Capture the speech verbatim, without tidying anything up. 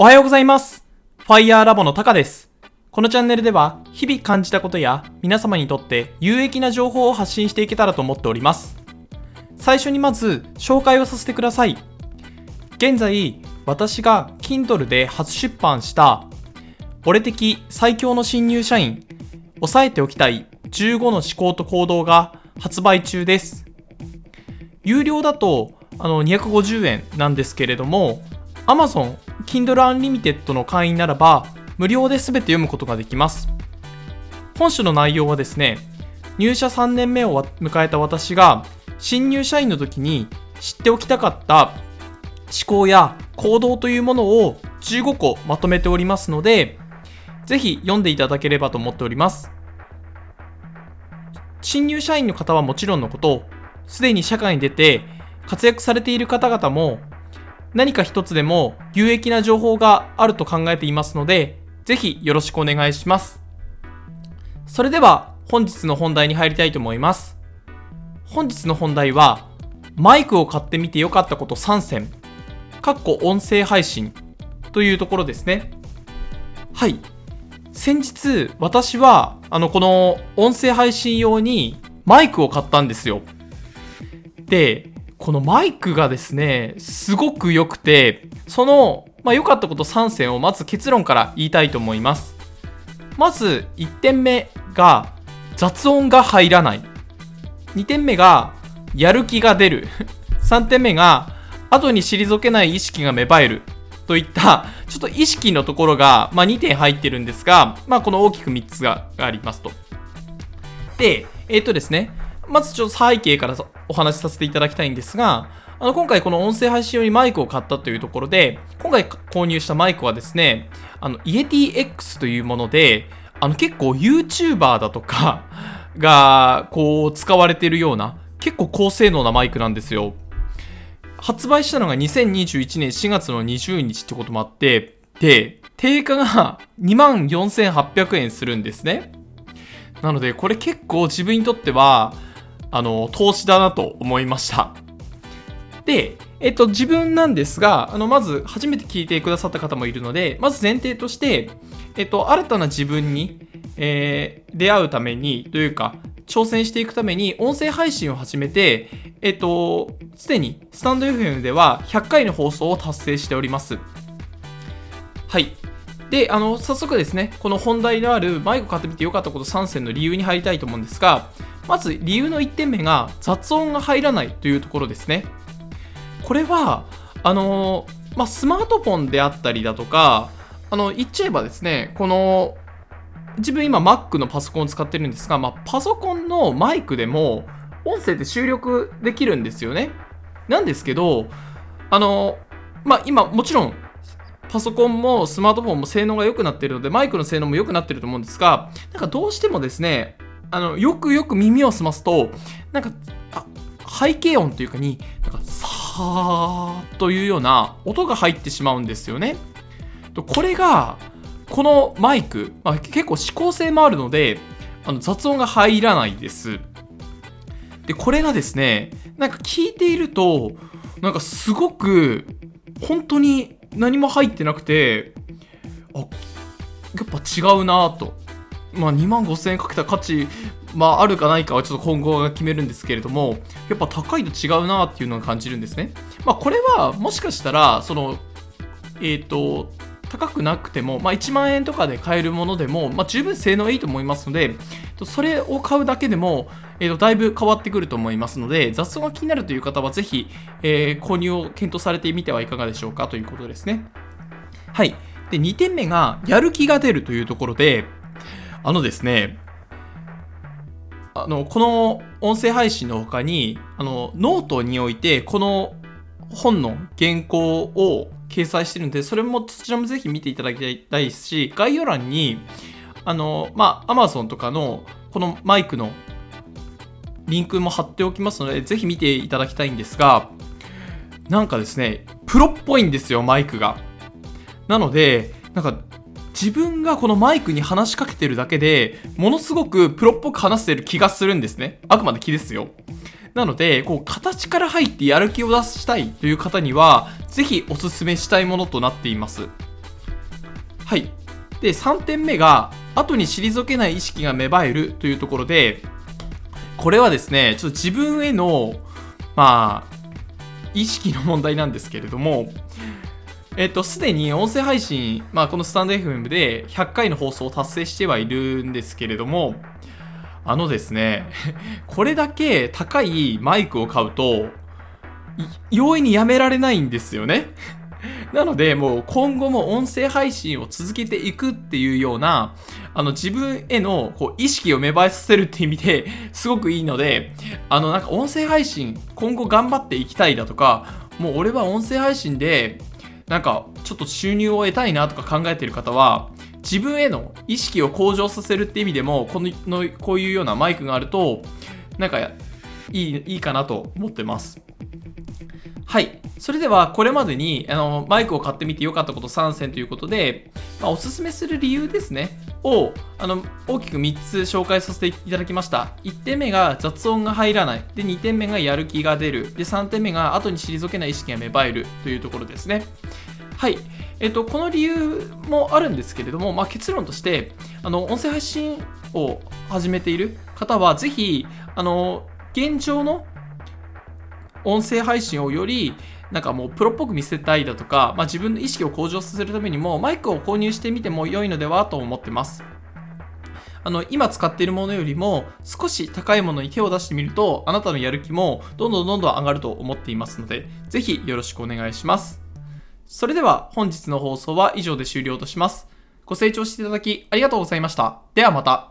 おはようございます。ファイヤーラボのタカです。このチャンネルでは日々感じたことや皆様にとって有益な情報を発信していけたらと思っております。最初にまず紹介をさせてください。現在私が Kindle で初出版した俺的最強の新入社員押さえておきたいじゅうごの思考と行動が発売中です。有料だとあのにひゃくごじゅうえんなんですけれども、 Amazon Kindle Unlimited の会員ならば無料で全て読むことができます。本書の内容はですね、入社さんねんめを迎えた私が新入社員の時に知っておきたかった思考や行動というものをじゅうごこまとめておりますので、ぜひ読んでいただければと思っております。新入社員の方はもちろんのこと、すでに社会に出て活躍されている方々も何か一つでも有益な情報があると考えていますので、ぜひよろしくお願いします。それでは本日の本題に入りたいと思います。本日の本題はマイクを買ってみてよかったことさんせんかっこ音声配信というところですね。はい、先日私はあのこの音声配信用にマイクを買ったんですよ。でこのマイクがですねすごく良くて、そのまあ、良かったことさんせんをまず結論から言いたいと思います。まずいってんめが雑音が入らない、にてんめがやる気が出るさんてんめが後に退けない意識が芽生えるといったちょっと意識のところが、まあ、にてん入ってるんですが、まあ、この大きくみっつがありますと。でえっとですねまずちょっと背景からお話しさせていただきたいんですが、あの今回この音声配信用にマイクを買ったというところで、今回購入したマイクはですね、あのイエティ X というもので、あの結構 YouTuber だとかがこう使われているような結構高性能なマイクなんですよ。発売したのがにせんにじゅういちねんしがつのにじゅうにちってこともあって、で定価がにまんよんせんはっぴゃくえんするんですね。なのでこれ結構自分にとってはあの投資だなと思いました。で、えっと、自分なんですが、あのまず初めて聞いてくださった方もいるので、まず前提として、えっと、新たな自分に、えー、出会うためにというか挑戦していくために音声配信を始めて、えっと、すでにスタンド エフエム ではひゃっかいの放送を達成しております。はい。で、あの早速ですね、この本題のあるマイクを買ってみてよかったことさんせんの理由に入りたいと思うんですが、まず理由のいってんめが雑音が入らないというところですね。これはあのーまあ、スマートフォンであったりだとか、あの言っちゃえばですね、この自分今 Mac のパソコンを使ってるんですが、まあ、パソコンのマイクでも音声って収録できるんですよね。なんですけど、あのーまあ、今もちろんパソコンもスマートフォンも性能が良くなっているので、マイクの性能も良くなっていると思うんですが、なんかどうしてもですね、あのよくよく耳を澄ますと、なんかあ背景音というかになんかさーというような音が入ってしまうんですよね。これがこのマイク、まあ、結構指向性もあるので、あの雑音が入らないです。でこれがですね、なんか聞いているとなんかすごく本当に何も入ってなくて、あやっぱ違うなと。まあ、にまんごせんえんかけた価値、まあ、あるかないかはちょっと今後が決めるんですけれども、やっぱ高いと違うなっていうのを感じるんですね。まあ、これはもしかしたらそのえっと高くなくても、まあ、いちまんえんとかで買えるものでも、まあ、十分性能いいと思いますので、それを買うだけでも、えー、とだいぶ変わってくると思いますので、雑音が気になるという方はぜひ、えー、購入を検討されてみてはいかがでしょうかということですね。はい。でにてんめがやる気が出るというところで、あのですね、あのこの音声配信の他にあのノートにおいてこの本の原稿を掲載してるので、それもそちらもぜひ見ていただきたいですし、概要欄にあのまあ Amazon とかのこのマイクのリンクも貼っておきますので、ぜひ見ていただきたいんですが、なんかですねプロっぽいんですよ、マイクが。なのでなんか自分がこのマイクに話しかけてるだけでものすごくプロっぽく話してる気がするんですね。あくまで気ですよ。なのでこう形から入ってやる気を出したいという方にはぜひおすすめしたいものとなっています。 はい。で、さんてんめが、後に退けない意識が芽生えるというところで、これはですね、ちょっと自分への、まあ、意識の問題なんですけれども、えっと、すでに音声配信、まあ、このスタンド エフエム でひゃっかいの放送を達成してはいるんですけれども、あのですね、これだけ高いマイクを買うと、容易にやめられないんですよね。なので、もう今後も音声配信を続けていくっていうような、あの自分へのこう意識を芽生えさせるっていう意味ですごくいいので、あのなんか音声配信今後頑張っていきたいだとか、もう俺は音声配信でなんかちょっと収入を得たいなとか考えている方は、自分への意識を向上させるって意味でも、こののこういうようなマイクがあるとなんかいい、いいかなと思ってます。はい。それでは、これまでに、あの、マイクを買ってみて良かったことさんせんということで、まあ、おすすめする理由ですね、を、あの、大きくみっつ紹介させていただきました。いってんめが雑音が入らない。で、にてんめがやる気が出る。で、さんてんめが後に退けない意識が芽生えるというところですね。はい。えっと、この理由もあるんですけれども、まあ、結論として、あの、音声配信を始めている方は、ぜひ、あの、現状の音声配信をよりなんかもうプロっぽく見せたいだとか、まあ、自分の意識を向上させるためにもマイクを購入してみても良いのではと思ってます。あの今使っているものよりも少し高いものに手を出してみると、あなたのやる気もどんどんどんどん上がると思っていますので、ぜひよろしくお願いします。それでは本日の放送は以上で終了とします。ご清聴していただきありがとうございました。ではまた。